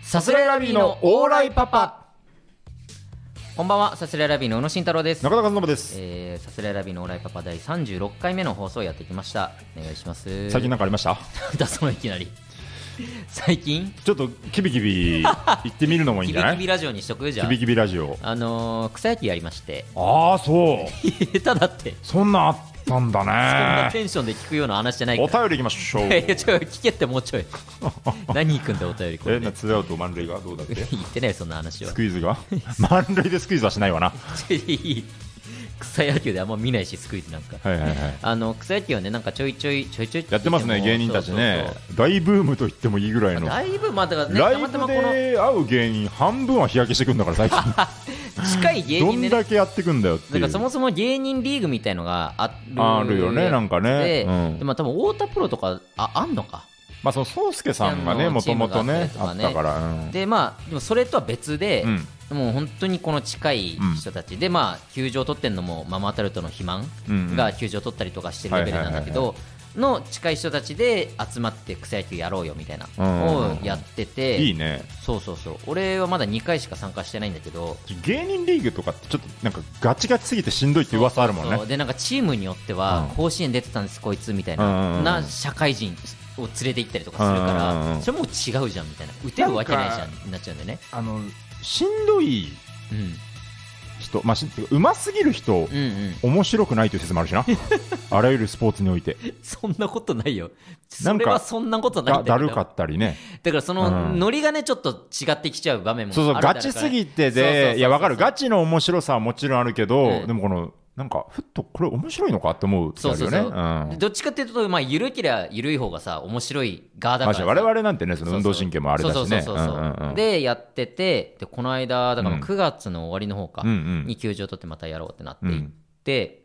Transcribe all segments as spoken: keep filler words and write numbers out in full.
サスレラビーのオーライパパ。こんばんは、サスレラビーの宇野慎太郎です。 中田和信です。 えー、サスレラビーのオーライパパだいさんじゅうろっかいめの放送をやってきました。お願いします。 最近なんかありました？ だそのいきなり最近ちょっとキビキビ言ってみるのもいいんじゃない？ キビキビラジオにしとくじゃん。 キビキビラジオ。 あのー、草野球やりまして。 ああ、そう下手だって。 そんなあったんだね。そんなテンションで聞くような話じゃないから。 お便りいきましょう。 いやちょ聞けってもうちょい何行くんだお便りこれ、ね、 えツーアウト満塁がどうだって言ってないそんな話は。 スクイズが満塁でスクイズはしないわな。 草野球であんま見ないしスクイズなんか、 はいはいはい、 あの草野球はねなんかちょいちょいちょいちょいやってますね芸人たちね。そうそうそう大ブームと言ってもいいぐらいのだいぶまあだからねライブで会う芸人半分は日焼けしてくんだから最近近い芸人で、ね、 どんだけやってくんだよっていう。 だからそもそも芸人リーグみたいのがあるあるよねなんかね、 うん、でも多分太田プロとか あ, あんのかまあその宗介さんがねもともとねあったから、うん、 でまあでもそれとは別で、 うんもう本当にこの近い人たち、うん、でまあ球場を取ってるのもママタルトの肥満が球場を取ったりとかしてるレベルなんだけどの近い人たちで集まって草野球やろうよみたいなをやってて、 いいね。 そうそうそう俺はまだにかいしか参加してないんだけど芸人リーグとかってちょっとなんかガチガチすぎてしんどいって噂あるもんね。そうそうでなんかチームによっては甲子園出てたんですこいつみたいなな社会人を連れて行ったりとかするからそれもう違うじゃんみたいな打てるわけないじゃんになっちゃうんだよね。 あのしんどい人、まあ、うますぎる人、うんうん、面白くないという説もあるしなあらゆるスポーツにおいてそんなことないよ。それはそんなことないんだけどだるかったりね。 だからその、うん、ノリがねちょっと違ってきちゃう場面もあるそうそうガチすぎてでいや分かるガチの面白さはもちろんあるけど、うん、でもこのなんかふっとこれ面白いのかって思う時あるよね。そうそうそう、うん、 どっちかっていうとまあ緩ければ緩い方がさ面白い側だからさ、 まあ、我々なんてねその運動神経もあれだしねでやっててでこの間だからくがつの終わりの方か、うん、に球場取ってまたやろうってなっていって、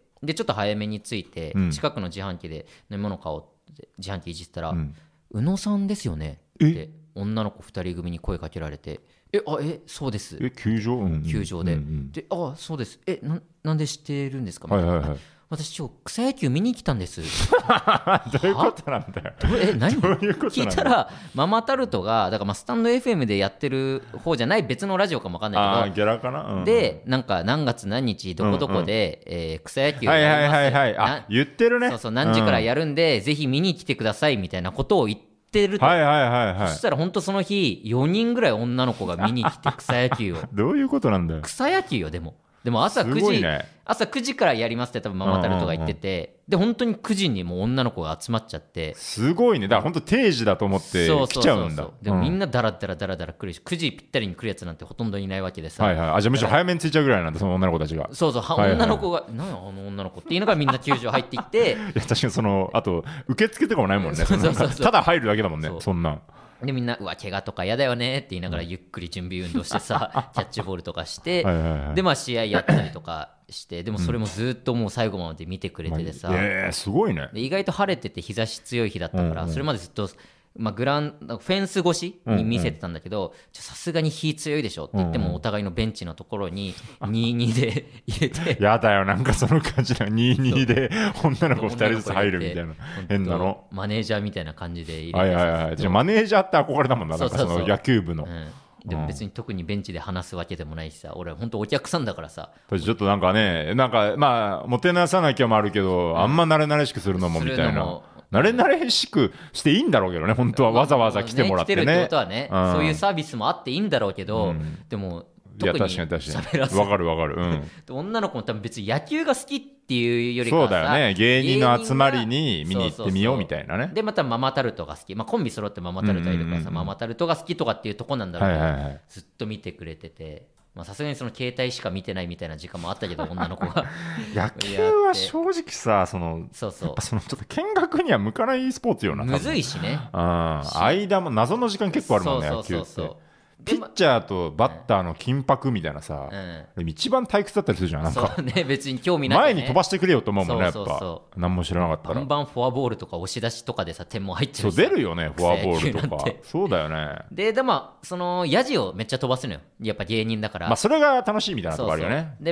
うん、でちょっと早めに着いて、うん、近くの自販機で飲み物買おうって自販機いじったら、うん、宇野さんですよねって女の子ふたり組に声かけられてえあえそうですえ球場、うんうん、 球場で、うんうん、であそうですえななんで知ってるんですか、はいはいはい、私今日草野球見に来たんですどういうことなんだよえ何どういうこと聞いたらママタルトがだからまあスタンド エフエム でやってる方じゃない別のラジオかもわかんないけどあギャラかな、うん、 でなんか何月何日どこどこで、うんうんえー、草野球やります、 はいはいはいはい、あ言ってるねそうそう何時からやるんで、うん、ぜひ見に来てくださいみたいなことを言っててるとはいはいはいはい、 そしたら本当その日よにんぐらい女の子が見に来て草野球をどういうことなんだよ草野球よ。でもでも朝くじ、ね、朝くじからやりますって多分ママタルトが言ってて、うんうんうん、で本当にくじにもう女の子が集まっちゃってすごいね。だから本当定時だと思って来ちゃうんだ。そうそうそうそうでもみんなダラダラダラダラ来るしくじぴったりに来るやつなんてほとんどいないわけでさ、 はいはい、あじゃあむしろ早めに着いちゃうぐらいなんだその女の子たちが。 そうそう、はいはい、女の子が何やあの女の子っていうのがみんな球場入ってきていや確かにそのあと受付とかもないもんね。そうそうそうそうただ入るだけだもんね。 そ, そんなでみんなうわ怪我とか嫌だよねって言いながらゆっくり準備運動してさキャッチボールとかしてはいはい、はい、でまあ試合やったりとかしてでもそれもずっともう最後まで見てくれててさ、うんえー、すごいね。 で意外と晴れてて日差し強い日だったから、うんうん、それまでずっとまあ、グランフェンス越しに見せてたんだけどさすがに火強いでしょって言ってもお互いのベンチのところににたいにで入れてやだよなんかその感じのにたいにで女の子ふたりずつ入るみたいな変なのマネージャーみたいな感じで入れて、 はいはいはい、じゃマネージャーって憧れだもんな。なんかその野球部の、うんでも別に特にベンチで話すわけでもないしさ俺は本当お客さんだからさちょっとなんかねなんかまあもてなさなきゃもあるけど、うん、あんま慣れ慣れしくするのもみたいな慣れ慣れしくしていいんだろうけどね本当はわざわざ来てもらってね、 まあ、ね来てるってことはね、うん、そういうサービスもあっていいんだろうけど、うん、でも特に喋らせわかるわかる、うん、 女の子も多分別に野球が好きっていうよりかはそうだよね芸人の集まりに見に行ってみようみたいなね。そうそうそうでまたママタルトが好き、まあ、コンビ揃ってママタルトいるからさ、うんうんうん、ママタルトが好きとかっていうとこなんだろうけど、はいはいはい、ずっと見てくれててさすがにその携帯しか見てないみたいな時間もあったけど女の子が野球は正直さそのそうそうやっぱそのちょっと見学には向かないスポーツよな。 むずいしね。 あ間も謎の時間結構あるもんね。そうそうそうそう野球ってピッチャーとバッターの緊迫みたいなさ、うん、一番退屈だったりするじゃん。なんかそう、ね、別に興味ない、ね、 前に飛ばしてくれよと思うもんね。やっぱ何も知らなかったらバンバンフォアボールとか押し出しとかでさ点も入ってるしそう出るよねフォアボールとかそうだよね。 ででもそのヤジをめっちゃ飛ばすのよやっぱ芸人だから、 まあ、それが楽しいみたいなとこあるよね。 そうそうでまあ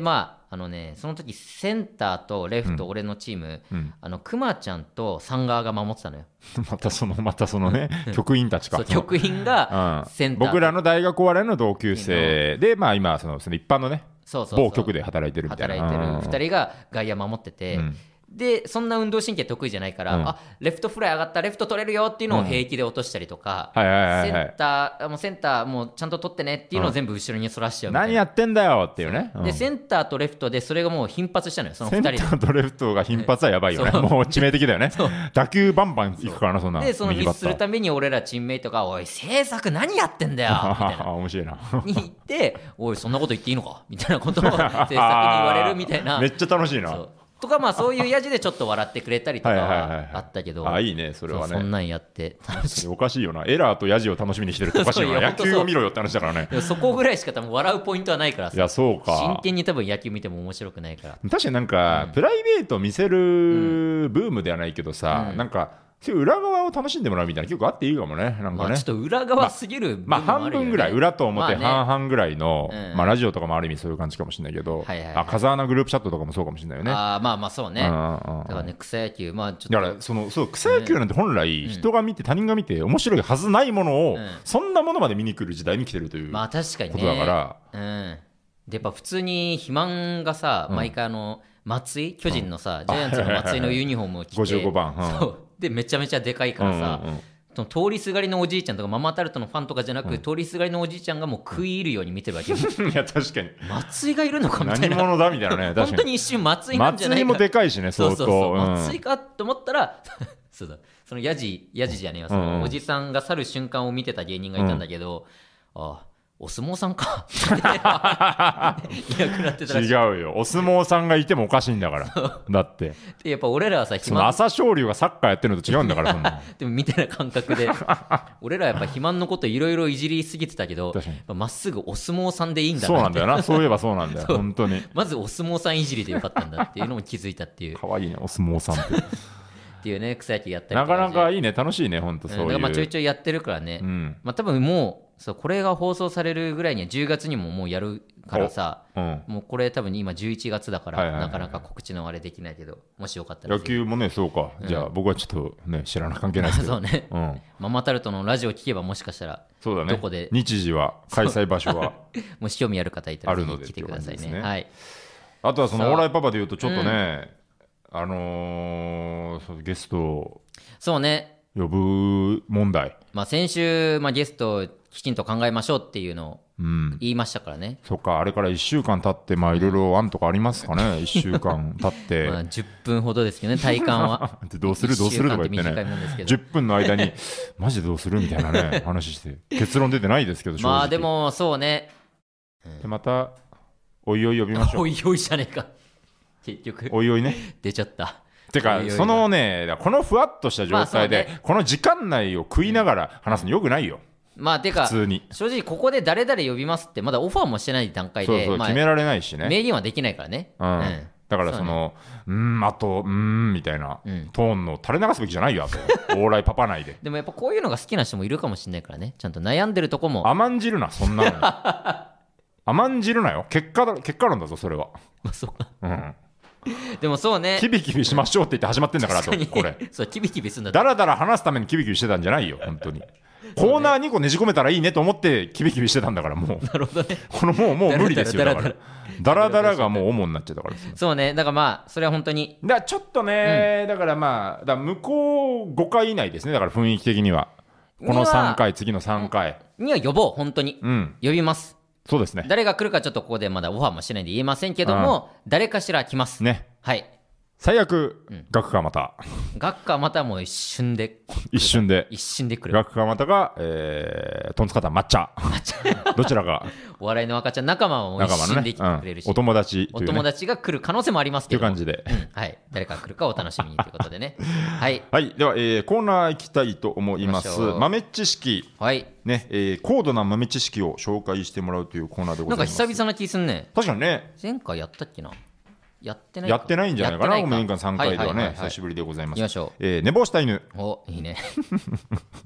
あのねその時センターとレフト、 うん俺のチーム、 うん、 あのクマちゃんとサンガーが守ってたのよまたそのまたそのね局員たちか。 そう局員がセンター、 僕らの大学お笑いの同級生で、まあ今そのその一般のねそうそうそう某局で働いてるみたいな。 働いてるふたりが外野守ってて、うん、でそんな運動神経得意じゃないから、うん、あレフトフライ上がったレフト取れるよっていうのを平気で落としたりとか、センターもうセンターもうちゃんと取ってねっていうのを全部後ろにそらしちゃうみたいな、 何やってんだよっていうね、 うん、でセンターとレフトでそれがもう頻発したのよそのふたりで。 センターとレフトが頻発はやばいよねもう致命的だよね打球バンバンいくからなそんな。 でそのミスするために俺らチームメイトがおい制作何やってんだよみたいな面白いなに言っておいそんなこと言っていいのかみたいなことを制作に言われるみたいなめっちゃ楽しいなとかまあそういうやじでちょっと笑ってくれたりとかはあったけど、 あいいねそれはね。 そんなんやって楽しい。 おかしいよなエラーとやじを楽しみにしてるっておかしいよな野球を見ろよって話だからね。 そこぐらいしか多分笑うポイントはないからさ。 いやそうか真剣に多分野球見ても面白くないから。 確かになんか、うん、プライベート見せるブームではないけどさ、うん、なんかそういう裏側を楽しんでもらうみたいな結構あっていいかもね。なんかね、 まあ、ちょっと裏側すぎる、 まあ、まあ半分ぐらい裏と表半々ぐらいの、まあね、まあ、ラジオとかもある意味そういう感じかもしれないけど、はいはいはい、あ風穴グループチャットとかもそうかもしれないよね。 あまあまあそうね。だからね草野球まあちょっとだからそのそう草野球なんて本来人が見て他人が見て面白いはずないものを、うん、そんなものまで見に来る時代に来てるというまあ確かにねことだから。 うん、でやっぱ普通に肥満がさ、うん、毎回あの松井巨人のさ、うん、ジャイアンツの松井のユニフォームを着てごじゅうごばん、 うん、そうでめちゃめちゃでかいからさ、うんうんうん、その通りすがりのおじいちゃんとかママタルトのファンとかじゃなく、うん、通りすがりのおじいちゃんがもう食い入るように見てるわけよいや確かに松井がいるのかみたいな何者だみたいなね本当に一瞬松井なんじゃないか松井もでかいしね相当そうそうそう、うん、松井かと思ったらそうだそのヤジヤジじゃねえよその、うんうん、おじさんが去る瞬間を見てた芸人がいたんだけど、うん、ああお相撲さんかいなくなってたらしい。 違うよお相撲さんがいてもおかしいんだからだってでやっぱ俺らはさその朝青龍がサッカーやってるのと違うんだからそんなでもみたいな感覚で俺らやっぱ肥満のこといろいろいじりすぎてたけどまっすぐお相撲さんでいいんだなそうなんだよなそういえばそうなんだよ本当にまずお相撲さんいじりでよかったんだっていうのも気づいたっていうかわいいねお相撲さんってっていうね草野球やったりなかなかいいね楽しいね本当そういう、うん、だからまあちょいちょいやってるからね、うんまあ、多分もうそうこれが放送されるぐらいにはじゅうがつにももうやるからさ、うん、もうこれ多分今じゅういちがつだから、はいはいはい、なかなか告知のあれできないけどもしよかったら野球もねそうか、うん、じゃあ僕はちょっとね知らない関係ないですけどそうね、うん、ママタルトのラジオ聞けばもしかしたらそうだねどこで日時は開催場所はもし興味ある方いたらぜひ来てくださいね、ね、はい、 あとはそのオーライパパでいうとちょっとね、うん、あのー、ゲストそうね呼ぶ問題、 まあ、先週、まあ、ゲストをきちんと考えましょうっていうのを言いましたからね、 うん、そっかあれからいっしゅうかん経ってまあいろいろ案とかありますかねいっしゅうかん経ってまあじゅっぷんほどですけどね体感はどうするどうするとか言ってねじゅっぷんの間にマジでどうするみたいなね話して結論出てないですけどまあでもそうね、 うん、でまたおいおい呼びましょうおいおいじゃねえか結局おいおいね出ちゃったてかそのねこのふわっとした状態で、まあね、この時間内を食いながら話すのよくないよ、 うん、まあてか普通に正直ここで誰々呼びますってまだオファーもしてない段階でそうそう、 まあ、 決められないしね明言はできないからね、 うんうん、だからそのう、ね、んあとうんみたいな、うん、トーンの垂れ流すべきじゃないよと往来パパ内ででもやっぱこういうのが好きな人もいるかもしれないからねちゃんと悩んでるとこも甘んじるなそんなの甘んじるなよ結果だ結果論だぞそれはまあそうかうんでもそうねキビキビしましょうって言って始まってんだからとこれそうキビキビすんだだらだら話すためにキビキビしてたんじゃないよ本当にコーナーにこねじ込めたらいいねと思ってキビキビしてたんだからもうなるほどねこのもうもう無理ですよだからだらだらがもう主になっちゃったからそうねだからまあそれは本当にだからちょっとね、うん、だからまあだ向こうごかい以内ですねだから雰囲気的にはこのさんかい次のさんかいには呼ぼう本当に、うん、呼びますそうですね誰が来るかちょっとここでまだオファーもしないで言えませんけども、うん、誰かしら来ますねはい最悪、うん、学科また学科またもう一瞬で一瞬で一瞬で来る学科またが、えー、トンツカタン抹茶どちらがお笑いの赤ちゃん仲間も一瞬で来てくれるし、ねうん、お友達という、ね、 お友達が来る可能性もありますけどという感じで、 うんはい、誰か来るかお楽しみにということでねはい、 はい、では、えー、コーナー行きたいと思います豆知識、 はいねえー、高度な豆知識を紹介してもらうというコーナーでございます。 なんか久々な気すんね確かにね前回やったっけなやってないやってないんじゃないかなごめん年間さんかいではね、はいはいはいはい、久しぶりでございます。 いきましょう、 えー、寝坊した犬おいいね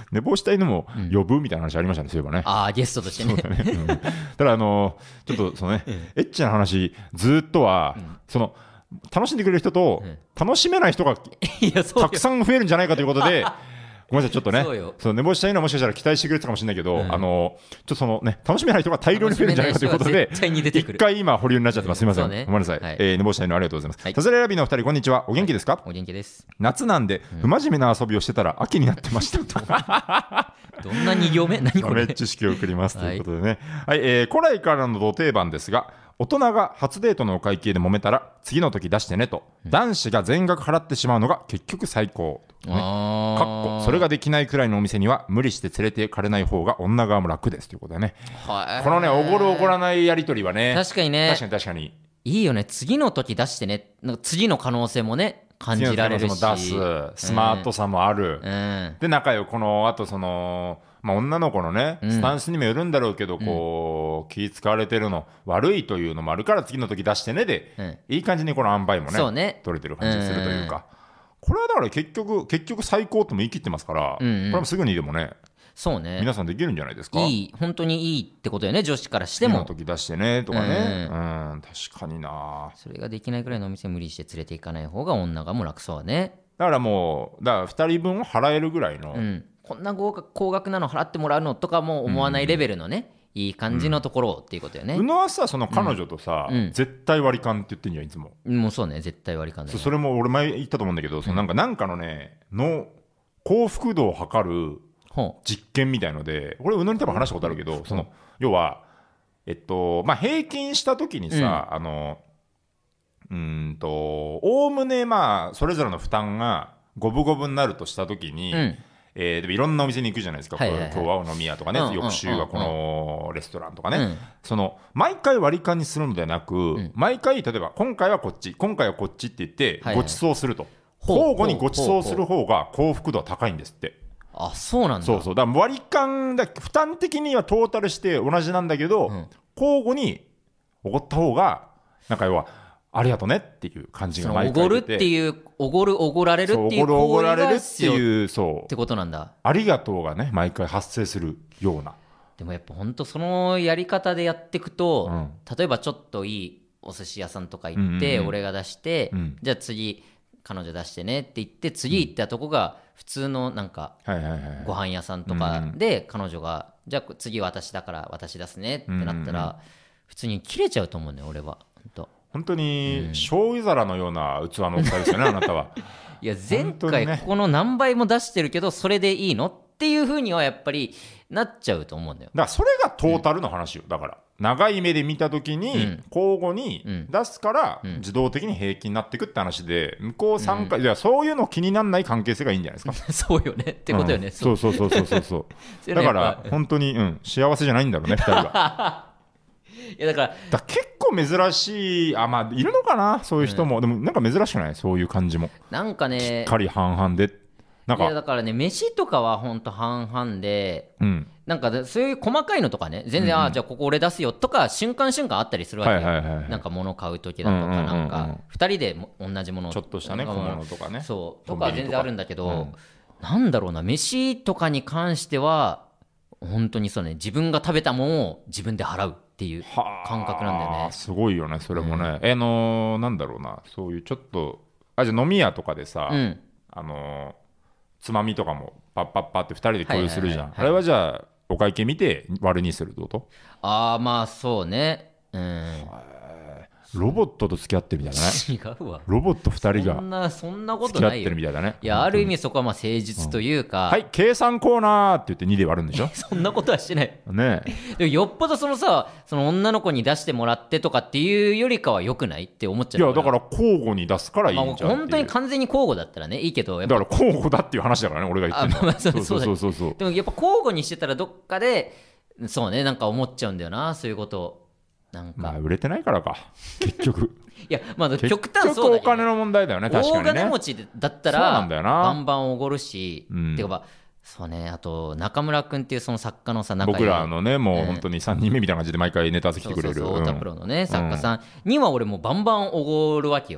寝坊した犬も呼ぶみたいな話ありましたね、そういえばね。 ああ、ゲストとしてね。 そうだね、うん、ただあのちょっとそのね、エッチな話ずっとは、うん、その楽しんでくれる人と楽しめない人がたくさん増えるんじゃないかということでごめんなさい、ちょっとね、その寝坊した犬はもしかしたら期待してくれてたかもしれないけど、うん、あのちょっとそのね、楽しめない人が大量に増えるんじゃないかということで、一回今保留になっちゃってます。すみません、ね、ごめんなさい、はい、えー、寝坊した犬ありがとうございます。さすらいラビのお二人、こんにちは。お元気ですか？ お元気です。 夏なんで不真面目な遊びをしてたら秋になってました。 どんなに行目？何これ？ 豆知識を送りますということでね、はい、はい、えー、古来からのど定番ですが、大人が初デートのお会計で揉めたら次の時出してねと、うん、男子が全額払ってしまうのが結局最高、ね、かっこそれができないくらいのお店には無理して連れてかれない方が女側も楽ですということでね、このね、おごるおごらないやり取りはね、 確かにね、 確かに確かにいいよね。次の時出してね、なんか次の可能性もね感じられるし、 出すスマートさもある、うん、で仲良く、このあとそのまあ、女の子のねスタンスにもよるんだろうけど、うん、こう気使われてるの悪いというのもあるから次の時出してねで、うん、いい感じにこの塩梅も ね, ね取れてる感じがするというか、うん、これはだから結局結局最高とも言い切ってますから、うんうん、これもすぐにでもね、 そうね、 皆さんできるんじゃないですか。 いい、本当にいいってことよね、女子からしても。 次の時出してねとかね、うん、うん、確かにな。 それができないくらいのお店無理して連れて行かない方が女がも楽そうね。 だからもうだからふたりぶんを払えるぐらいの、うん、 こんな高額なの払ってもらうのとかも思わないレベルのね、うん、いい感じのところっていうことよね。 宇野はさ、その彼女とさ、うん、絶対割り勘って言ってんじゃんいつも。 もうそうね、絶対割り勘だよね。 それも俺前言ったと思うんだけど、うん、そのなんかなんかのねの幸福度を測る実験みたいので、これ宇野に多分話したことあるけど、その要はえっとまあ平均した時にさ、うん、あのうんとおおむねまあそれぞれの負担が五分五分になるとした時に、うん、えー、でもいろんなお店に行くじゃないですか、はいはいはい、今日はお飲み屋とかね、うん、翌週はこのレストランとかね、うん、その毎回割り勘にするのではなく、うん、毎回例えば今回はこっち今回はこっちって言ってご馳走すると、はいはい、交互にご馳走する方が幸福度は高いんですって。 あ、そうなんだ。 そうそう、だから割り勘だ負担的にはトータルして同じなんだけど、うん、交互におごった方がなんか要はありがとねっていう感じが毎回出て、おごるっていうおごるおごられるっていう行為が必要ってことなんだ。 ありがとうがね毎回発生するような。 でもやっぱ本当そのやり方でやっていくと、うん、例えばちょっといいお寿司屋さんとか行って、うんうんうん、俺が出して、うん、じゃあ次彼女出してねって言って次行ったとこが普通のなんかご飯屋さんとかで彼女がじゃあ次私だから私出すねってなったら普通に切れちゃうと思うね俺は。本当本当に醤油皿のような器のお二人ですよね、うん、あなたは。 いや前回ここの何倍も出してるけどそれでいいのっていう風にはやっぱりなっちゃうと思うんだよ。 だからそれがトータルの話よ、うん、だから長い目で見た時に交互に出すから自動的に平均になっていくって話で、向こうさんかい、うん、いやそういうの気にならない関係性がいいんじゃないですか。 そうよねってことよね、うん、 そうそうそうそうそうそうだから本当に、うん、幸せじゃないんだろうねふたりは。 いやだからだから結構珍しい、あまあいるのかなそういう人も、うん、でもなんか珍しくない？そういう感じもなんかねしっかり半々でなんか。 いやだからね飯とかはほんと半々で、うん、なんかそういう細かいのとかね全然、うん、あじゃあここ俺出すよとか瞬間瞬間あったりするわけよ、はいはいはいはい、なんか物買う時だとか、うんうんうんうん、なんかふたりで同じものちょっとしたね小物とかねそうとか全然あるんだけど、うん、なんだろうな飯とかに関しては本当にそうね自分が食べたものを自分で払うっていう感覚なんだよね。 すごいよねそれもね、うん、あのー、なんだろうなそういうちょっとあじゃあ飲み屋とかでさ、うん、あのー、つまみとかもパッパッパってふたりで共有するじゃん、はいはいはいはい、あれはじゃあお会計見て割りにするってこと？ああまあそうね、うん、 ロボットと付き合ってるみたいなね。違うわ。ロボットふたりがそんなそんなことないよ。付き合ってるみたいだね。 いやある意味そこはまあ誠実というか、 うん、はい計算コーナーって言ってにで割るんでしょ。 そんなことはしてないね。 でもよっぽどそのさその女の子に出してもらってとかっていうよりかは良くないって思っちゃう。 いやだから交互に出すからいいんじゃんっていう、 まあ、本当に完全に交互だったらねいいけどやっぱだから交互だっていう話だからね俺が言ってるの。あ、まあ、そうそうそうそうそう。 でもやっぱ交互にしてたらどっかでそうねなんか思っちゃうんだよなそういうことを。なんかまあ売れてないからか結局。 いやまあ極端そうだけど、ね、 お金の問題だよね確かにね。 大金持ちだったらバンバンおごるし、うん、てかまあそうねあと中村君っていうその作家のさ仲僕らのねもう本当にさんにんめみたいな感じで毎回ネタ合わせ来てくれる太田プロのね作家さんには俺もうバンバンおごるわけよ。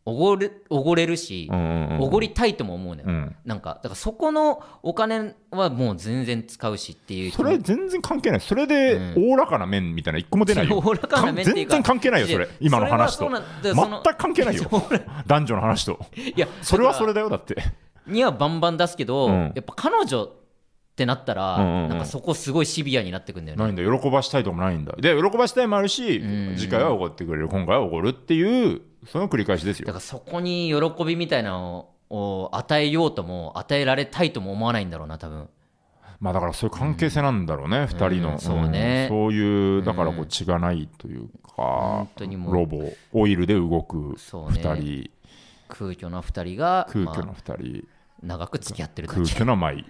おごるおごれるし、 うんうんうん、 おごりたいとも思うのよ、うん、なんかだからそこのお金はもう全然使うしっていう。 それ全然関係ない。それでおおらかな面みたいな一個も出ないよ、 おおらかな面っていうか全然関係ないよそれ。今の話と全く関係ないよ男女の話と。いやそれはそれだよ。だってにはバンバン出すけど、うん、やっぱ彼女ってなったら、うんうんうん、なんかそこすごいシビアになってくんだよね。 ないんだ、喜ばしたいともないんだ。で喜ばしたいもあるし、うん、次回はおごってくれる、今回はおごるっていうその繰り返しですよ。 だからそこに喜びみたいなのを与えようとも与えられたいとも思わないんだろうな多分。 まあだからそういう関係性なんだろうね、うん、ふたりの、うん、 そうね、 うん、そういうだからこう血がないというか、うん、ロボオイルで動くふたり、ね、 空虚なふたりが空虚なふたり、 まあ、長く付き合ってるだけ。空虚な舞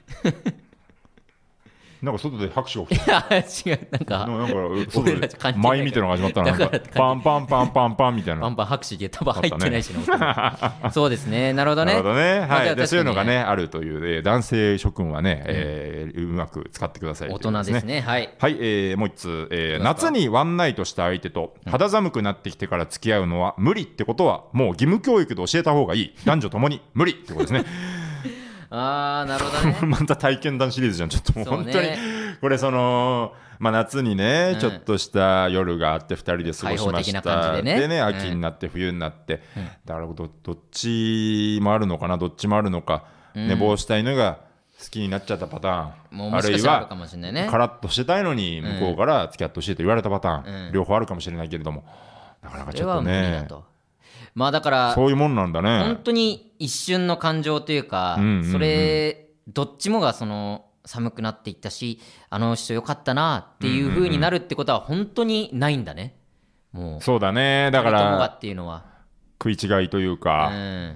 なんか外で拍手が起きた。いや違う、なんかなんか外で舞みたいなのが始まったの。なんかパンパンパンパンパンみたいな。 パンパン拍手で多分入ってないしな。そうですね、なるほどね。 なるほどね、はい。でそういうのがねあるという、えー、男性諸君はね、えー、うまく使ってください。 大人ですね。はい。 はい、えー、もう一つ、えー、夏にワンナイトした相手と肌寒くなってきてから付き合うのは無理ってことはもう義務教育で教えた方がいい。男女ともに無理ってことですね。 あーなるほどね。 また体験談シリーズじゃん。ちょっともう本当に、ね、これその、まあ、夏にね、うん、ちょっとした夜があってふたりで過ごしました。感じでね、でね秋になって冬になって、うん、だから ど, どっちもあるのかな、どっちもあるのか、うん、寝坊したいのが好きになっちゃったパターン、 もうもしかしたらあるかもしれないね。 カラッとしてたいのに向こうから付き合ってほしいと言われたパターン、うん、両方あるかもしれないけれども、なかなかちょっとね、 まあだからそういうもんなんだね。 本当に一瞬の感情というか、うんうんうん、それどっちもがその寒くなっていったし、あの人よかったなっていう風になるってことは本当にないんだね。もうそうだね。だからっていうのは食い違いというか、うん、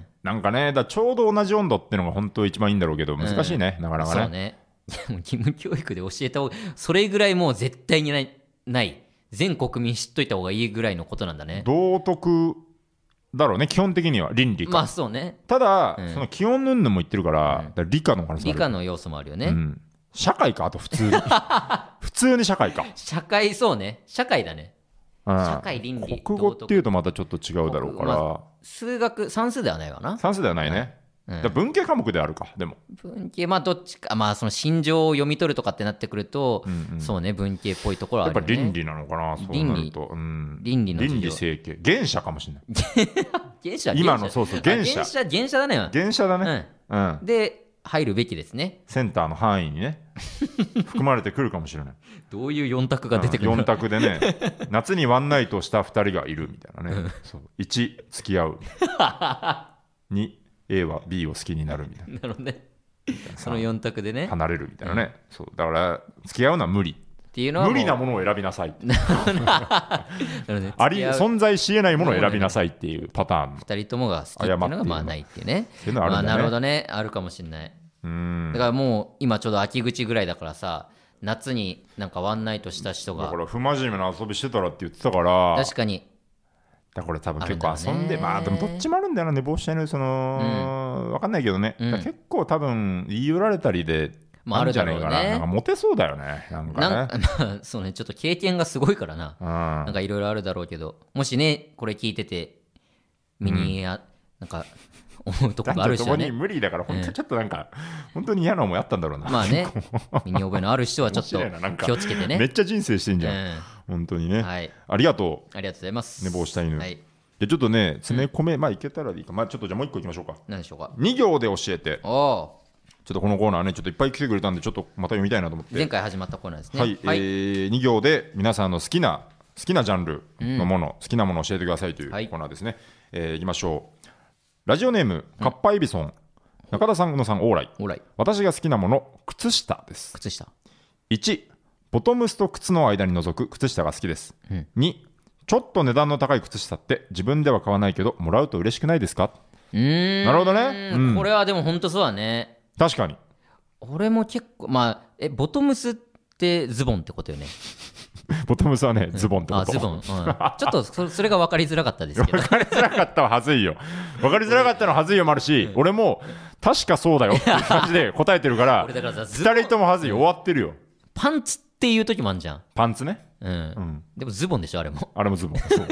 なんかね、だちょうど同じ温度っていうのが本当一番いいんだろうけど難しいね、うん、なかなかね。 そうね。義務教育で教えた方が、それぐらいもう絶対にない、ない全国民知っといた方がいいぐらいのことなんだね。 道徳だろうね、基本的には倫理か。 まあそうね。 ただ、うん、その気温云々も言ってるから、うん、から理科の話もある。 理科の要素もあるよね。 うん、社会か、あと普通に普通に社会か。 社会、そうね、社会だね。社会倫理。 国語っていうとまたちょっと違うだろうから、まあ、 数学算数ではないわな。 算数ではないね。うん、だ文系科目であるか。でも文系、まあどっちか、まあその心情を読み取るとかってなってくると、うんうん、そうね、文系っぽいところあるよね。 やっぱ倫理なのかな、そうなると。 倫理、うん、倫理の倫理整形、原社かもしれない原社、 今のそうそう原社、 原社、原社だね。 原社だね、 うんうん、で入るべきですね。 センターの範囲にね含まれてくるかもしれない。 どういうよん択が出てくるの、 うん、よん択でね夏にワンナイトしたふたりがいるみたいなね、うん、そういち付き合うにA は B を好きになるみたいな。 なるほどね。そのよん択でね離れるみたいなね、うん、そうだから付き合うのは無理っていうのは無理なものを選びなさいってあり存在しえないものを選びなさいっていうパターン。 ふたりともが好きっていうのがまあないっていうね。 そういうのあるんだね。 まあ、なるほどね、あるかもしれない。うん、だからもう今ちょうど秋口ぐらいだからさ、夏になんかワンナイトした人が、 だから不真面目な遊びしてたらって言ってたから、 確かにだからこれ多分結構遊んで、まあでもどっちもあるんだよな、寝坊したいのその、うん、分かんないけどね、うん、結構多分言い寄られたりであるんじゃないかな、なんかモテそうだよね、なんかね。なんか、 まあ、そうね、ちょっと経験がすごいからな、うん、なんかいろいろあるだろうけど、もしねこれ聞いてて身に、うん、なんか思うところがある人はね、 無理だから本当ちょっとなんか、うん、本当に嫌な思いあったんだろうな。 まあね身に覚えのある人はちょっと気をつけてね。 めっちゃ人生してんじゃん、うん、本当にね、はい、ありがとう。 ありがとうございます。 寝坊した犬、はい、でちょっとね詰め込め、うん、まあいけたらいいか、まあちょっとじゃあもう一個いきましょうか。 何でしょうか。 に行で教えて。おちょっとこのコーナーねちょっといっぱい来てくれたんでちょっとまた読みたいなと思って。 前回始まったコーナーですね。 はい、はい、えー、に行で皆さんの好きな好きなジャンルのもの、うん、好きなものを教えてくださいというコーナーですね。はい、えー、いきましょう。ラジオネームカッパエビソン、うん、中田さん宇野さんオーライ。オーライ。私が好きなもの靴下です。 靴下。 いちボトムスと靴の間に覗く靴下が好きです。うん、にちょっと値段の高い靴下って自分では買わないけどもらうと嬉しくないですか。 うーん、 なるほどね、 うん、これはでも本当そうだね。 確かに俺も結構まあえボトムスってズボンってことよね。 ボトムスはねズボンってこと、 あズボン、うん、ちょっと そ, それが分かりづらかったですけど。 分かりづらかったははずいよ分かりづらかったのははずいよもあるし、俺も確かそうだよっていう感じで答えてるからふたりともはずいよ、終わってるよ。 パンツっていう時もあるじゃん。 パンツね、 うんうん、でもズボンでしょあれも。 あれもズボンそう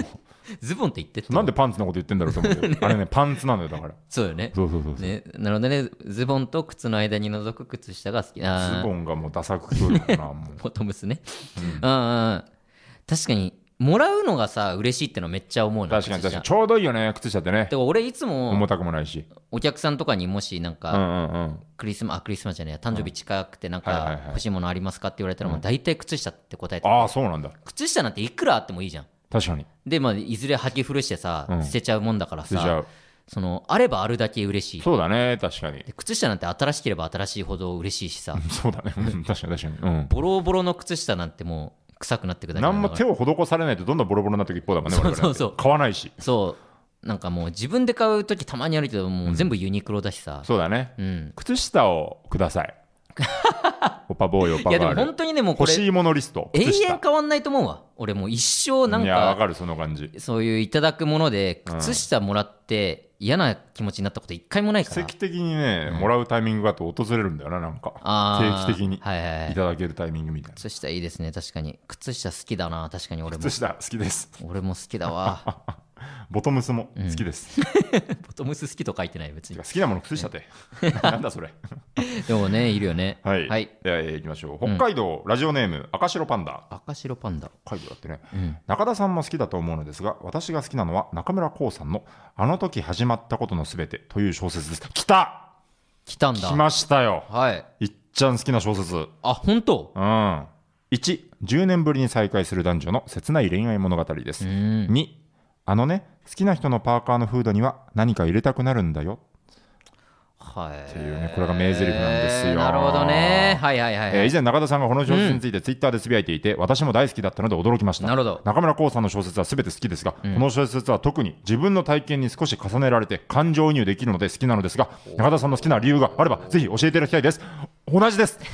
ズボンって言ってってなんでパンツのこと言ってんだろうと思うけどあれねパンツなのよだから。 そうよね。 そうそうそうそう、 ね、なのでねズボンと靴の間に覗く靴下が好き。あズボンがもうダサく聞こえるのかなもうボトムスね、うん、ああ確かにもらうのがさ嬉しいってのめっちゃ思うの。 確かに確かにちょうどいいよね靴下ってね。 でも俺いつも重たくもないしお客さんとかにもしなんか、 うんうんうん、 クリスマスあクリスマスじゃない誕生日近くてなんはいはいはいか欲しいものありますかって言われたらもう大体靴下って答えて、 ああそうなんだ。 靴下なんていくらあってもいいじゃん。 確かに。 でまあいずれ履き古してさ、 うん捨てちゃうもんだから捨てちゃさう。 そのあればあるだけ嬉しい。 そうだね確かに。 で靴下なんて新しければ新しいほど嬉しいしさそうだねうん確かに確かに、うん、 ボロボロの靴下なんてもう臭くなってくだけなんだから何も手を施されないとどんどんボロボロになっていく一方だもんね。 そうそうそう我々買わないし。 そうなんかもう自分で買う時たまにあるけどもう全部ユニクロだしさ、 そうだね、 うん、 靴下をくださいオパボーイオパガール。 いやでも本当にねもうこれ欲しいものリスト永靴下遠変わんないと思うわ。俺もう一生なんいやわかかるその感じ。 そういういただくもので靴下もらって嫌な気持ちになったこと一回もないから。 奇跡的にね、もらうタイミングがあと訪れるんだよななんかあー定期的にはいはいはいいただけるタイミングみたいな。 靴下いいですね確かに。靴下好きだな確かに俺も靴下好きです俺も好きだわボトムスも好きです、 ボトムス好きと書いてない別に好きなもの靴下ってなんだそれでもねいるよね。 はい、 はい、 では、えー、いきましょう。北海道、ラジオネーム赤白パンダ。 赤白パンダ北海道だってね、 うん、 中田さんも好きだと思うのですが私が好きなのは中村浩さんのあの時始まったことのすべてという小説です。来た来たんだ。 来ましたよ。 はいいっちゃん好きな小説。 あ本当。 うんいち、じゅうねんぶりに再会する男女の切ない恋愛物語です。 うんに、あのね好きな人のパーカーのフードには何か入れたくなるんだよはいっていうね、これが名台詞なんですよ。 なるほどね。はいはいはい、はいえー以前中田さんがこの小説についてツイッターでつぶやいていて、私も大好きだったので驚きました。 なるほど。 中村浩さんの小説は全て好きですが、 うん、 この小説は特に自分の体験に少し重ねられて感情移入できるので好きなのですが、中田さんの好きな理由があればぜひ教えていただきたいです。同じです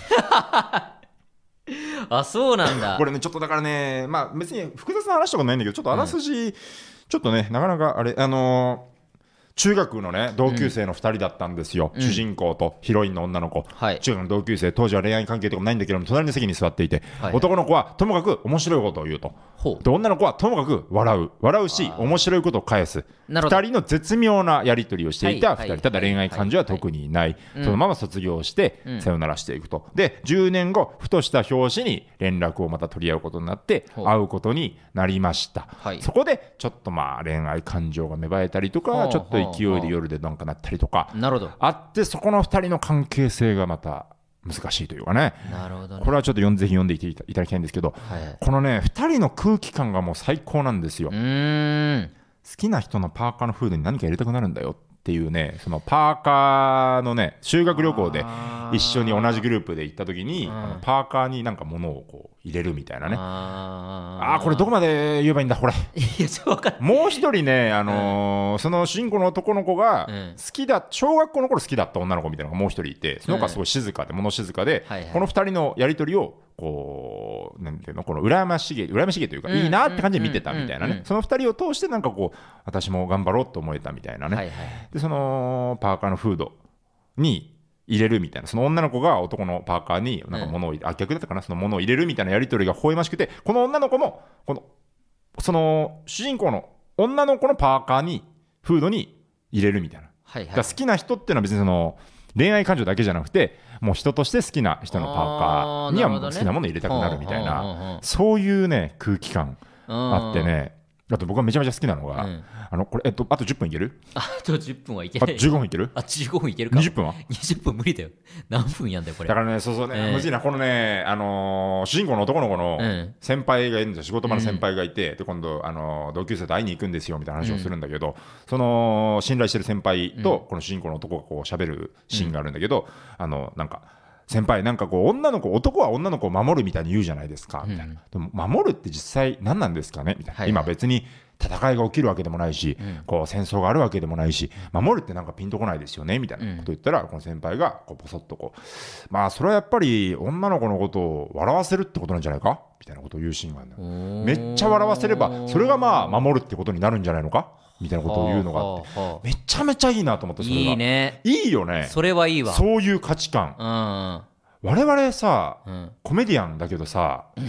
あそうなんだ。 これねちょっとだからね、まあ別に複雑な話とかないんだけど、ちょっとあらすじ、うん、ちょっとねなかなかあれあのー中学のね同級生のふたりだったんですよ、うん、主人公とヒロインの女の子、はい、中学の同級生、当時は恋愛関係とかもないんだけども隣の席に座っていて、はいはい、男の子はともかく面白いことを言うと、で女の子はともかく笑う笑うし面白いことを返す、ふたりの絶妙なやり取りをしていたふたり、ただ恋愛感情は特にない、そのまま卒業してさよならしていくと、でじゅうねんごふとした拍子に連絡をまた取り合うことになって会うことになりました、はい、そこでちょっとまあ恋愛感情が芽生えたりとか、ちょっと勢いで夜でなんかなったりとかあって、そこのふたりの関係性がまた難しいというかね。 なるほどね。 これはちょっとぜひ読んでいただきたいんですけど、はい、このねふたりの空気感がもう最高なんですよ。うーん、好きな人のパーカーのフードに何か入れたくなるんだよっていうね、そのパーカーのね修学旅行で一緒に同じグループで行った時に、あのパーカーになんか物をこう入れるみたいなね。ああこれどこまで言えばいいんだこれ。 いやちょっと分かんない。 もう一人ね、あのーうん、その主人公の男の子が好きだ、小学校の頃好きだった女の子みたいなのがもう一人いて、その子はすごい静かで物静かで、うんはいはい、この二人のやり取りをこうなんていうの、この羨ましげ羨ましげというか、うん、いいなって感じで見てたみたいなね、うん、そのふたりを通してなんかこう私も頑張ろうと思えたみたいなね、はいはい、でそのパーカーのフードに入れるみたいな、その女の子が男のパーカーになんか物を、うん、あ逆だったかな、その物を入れるみたいなやり取りが微笑ましくて、この女の子もこのその主人公の女の子のパーカーにフードに入れるみたいな、はいはい、だから好きな人っていうのは別にその恋愛感情だけじゃなくて、もう人として好きな人のパーカーには好きなものを入れたくなるみたいな、そういうね空気感あってね。あと僕がめちゃめちゃ好きなのが、うん、あのこれえっとあとじゅっぷんいける？ あとじゅっぷんはいけない。 あじゅうごふんいける？ あじゅうごふんいけるか。 にじゅっぷんは？ にじゅっぷん無理だよ。何分やんだよこれ。 だからねそうそうね、えー、むずいなこのね、あのー、主人公の男の子の先輩がいるんですよ、仕事場の先輩がいて、うん、で今度、あのー、同級生と会いに行くんですよみたいな話をするんだけど、うん、その信頼してる先輩とこの主人公の男がこう喋るシーンがあるんだけど、うん、あのなんか先輩なんかこう女の子男は女の子を守るみたいに言うじゃないですかみたいな、うん、でも守るって実際何なんですかねみたいな、はい、今別に戦いが起きるわけでもないし、うん、こう戦争があるわけでもないし、守るってなんかピンとこないですよねみたいなこと言ったら、うん、この先輩がこうポソッとこう、まあそれはやっぱり女の子のことを笑わせるってことなんじゃないかみたいなことを言うシーンがあるのよ。めっちゃ笑わせればそれがまあ守るってことになるんじゃないのかみたいなことを言うのがあって、はあはあ、めちゃめちゃいいなと思って、それがいいね。 いいよね。 それはいいわ。 そういう価値観、うん、我々さ、うん、コメディアンだけどさ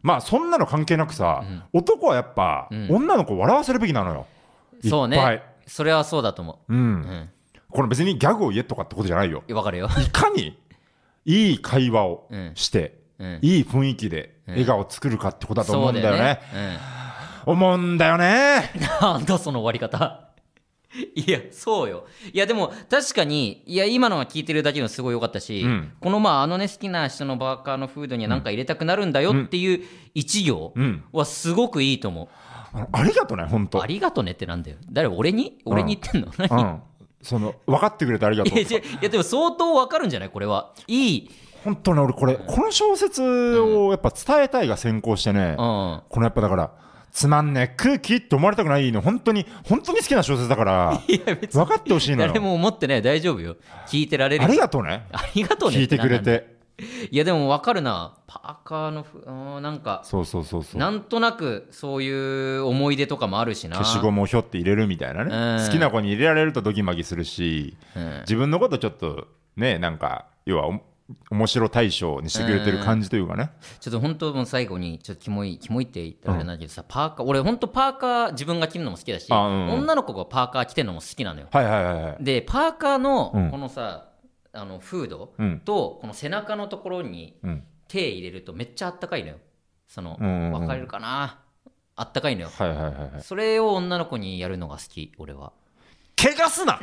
まあそんなの関係なくさ、うん、男はやっぱ、うん、女の子を笑わせるべきなのよ。 そうね、それはそうだと思う、 うんうん、これ別にギャグを言えとかってことじゃないよ。 わかるよ。 いかにいい会話をして、うん、いい雰囲気で笑顔を作るかってことだと思うんだよね、うん、思うんだよね。 なんだその終わり方。いやそうよ。いやでも確かに、いや今のが聞いてるだけでもすごい良かったし、うん、このまああのね好きな人のバーカーのフードには何か入れたくなるんだよっていう一行はすごくいいと思う、 うん、あ, ありがとね本当。 ありがとねってなんだよ。誰俺に俺に言ってんの、 うん、何、うん、その分かってくれてありがとう。いや, いやでも相当分かるんじゃないこれは。いい本当ね。俺これ、うん、この小説をやっぱ伝えたいが先行してね、うん、このやっぱだからつまんねえ空気って思われたくないの。本当に本当に好きな小説だからいや別に分かってほしいのよ。 誰も思ってない大丈夫よ。聞いてられる。 ありがとうね。 ありがとうね聞いてくれて。 いやでも分かるな。パーカーのふなんかそうそうそうそう、 なんとなくそういう思い出とかもあるしな。 消しゴムをひょって入れるみたいなね、うん、好きな子に入れられるとドギマギするし、うん、自分のことちょっとねなんか要は面白対象にしてくれてる感じというかね、 うん、ちょっと本当もう最後にちょっとキモいキモいって言ったらあれなんだけどさ、うん、パーカー俺本当パーカー自分が着るのも好きだし、うん、女の子がパーカー着てるのも好きなのよ、 はいはいはいはい、 でパーカーのこのさ、うん、あのフードとこの背中のところに手入れるとめっちゃあったかいのよ。その、うんうんうん、分かれるかな、あったかいのよ、 はいはいはいはい、 それを女の子にやるのが好き俺は。 怪我すな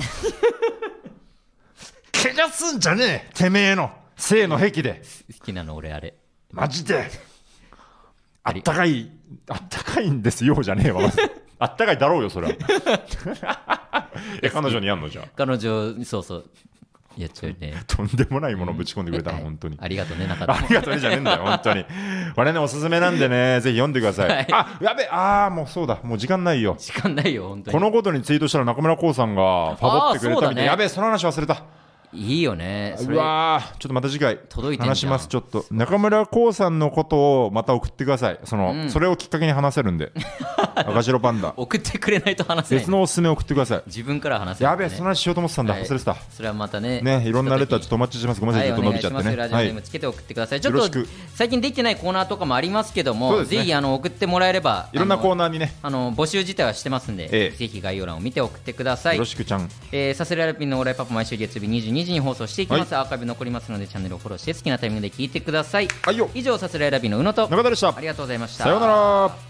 怪我すんじゃねえてめえの性の癖で。 好きなの俺あれマジであったかいあったかいんですよじゃねえわあったかいだろうよそれはえ彼女にやんのじゃん。 彼女そうそうやっちゃうね。 とんでもないものをぶち込んでくれたの、うん、本当にありがとうね。なかったありがとうねじゃねえんだよ本当にこれねおすすめなんでねぜひ読んでください、はい、あやべあーもうそうだもう時間ないよ時間ないよ本当に。 このことにツイートしたら中村浩さんがファボってくれたみたいな、ね、やべその話忘れた。 いいよねそれ。 うわちょっとまた次回話します。ちょっと中村浩さんのことをまた送ってください。その、うん、それをきっかけに話せるんで赤白パンダ送ってくれないと話せない、ね、 別のおすすめを送ってください。 自分から話せる、 ね、やべえその話しようと思ってたんだ、はい、忘れてた。 それはまたねねいろんなレターちょっとお待ちしてます。ごめんなさい、はい、ちょっと伸びちゃってね。 ラジオネームつけて送ってください、はい、ちょっと最近できてないコーナーとかもありますけども、ね、ぜひあの送ってもらえればいろんなコーナーにねあの募集自体はしてますんで、ええ、ぜひ概要欄を見て送ってください。 よろしくちゃん、 えー、サスレラピンのオーライパパ毎週月曜日にじゅうにじに放送していきます、はい、アーカイブ残りますのでチャンネルをフォローして好きなタイミングで聞いてください、 はい、よ以上サスレラピンの宇野と中田でした。 ありがとうございました。 さようなら。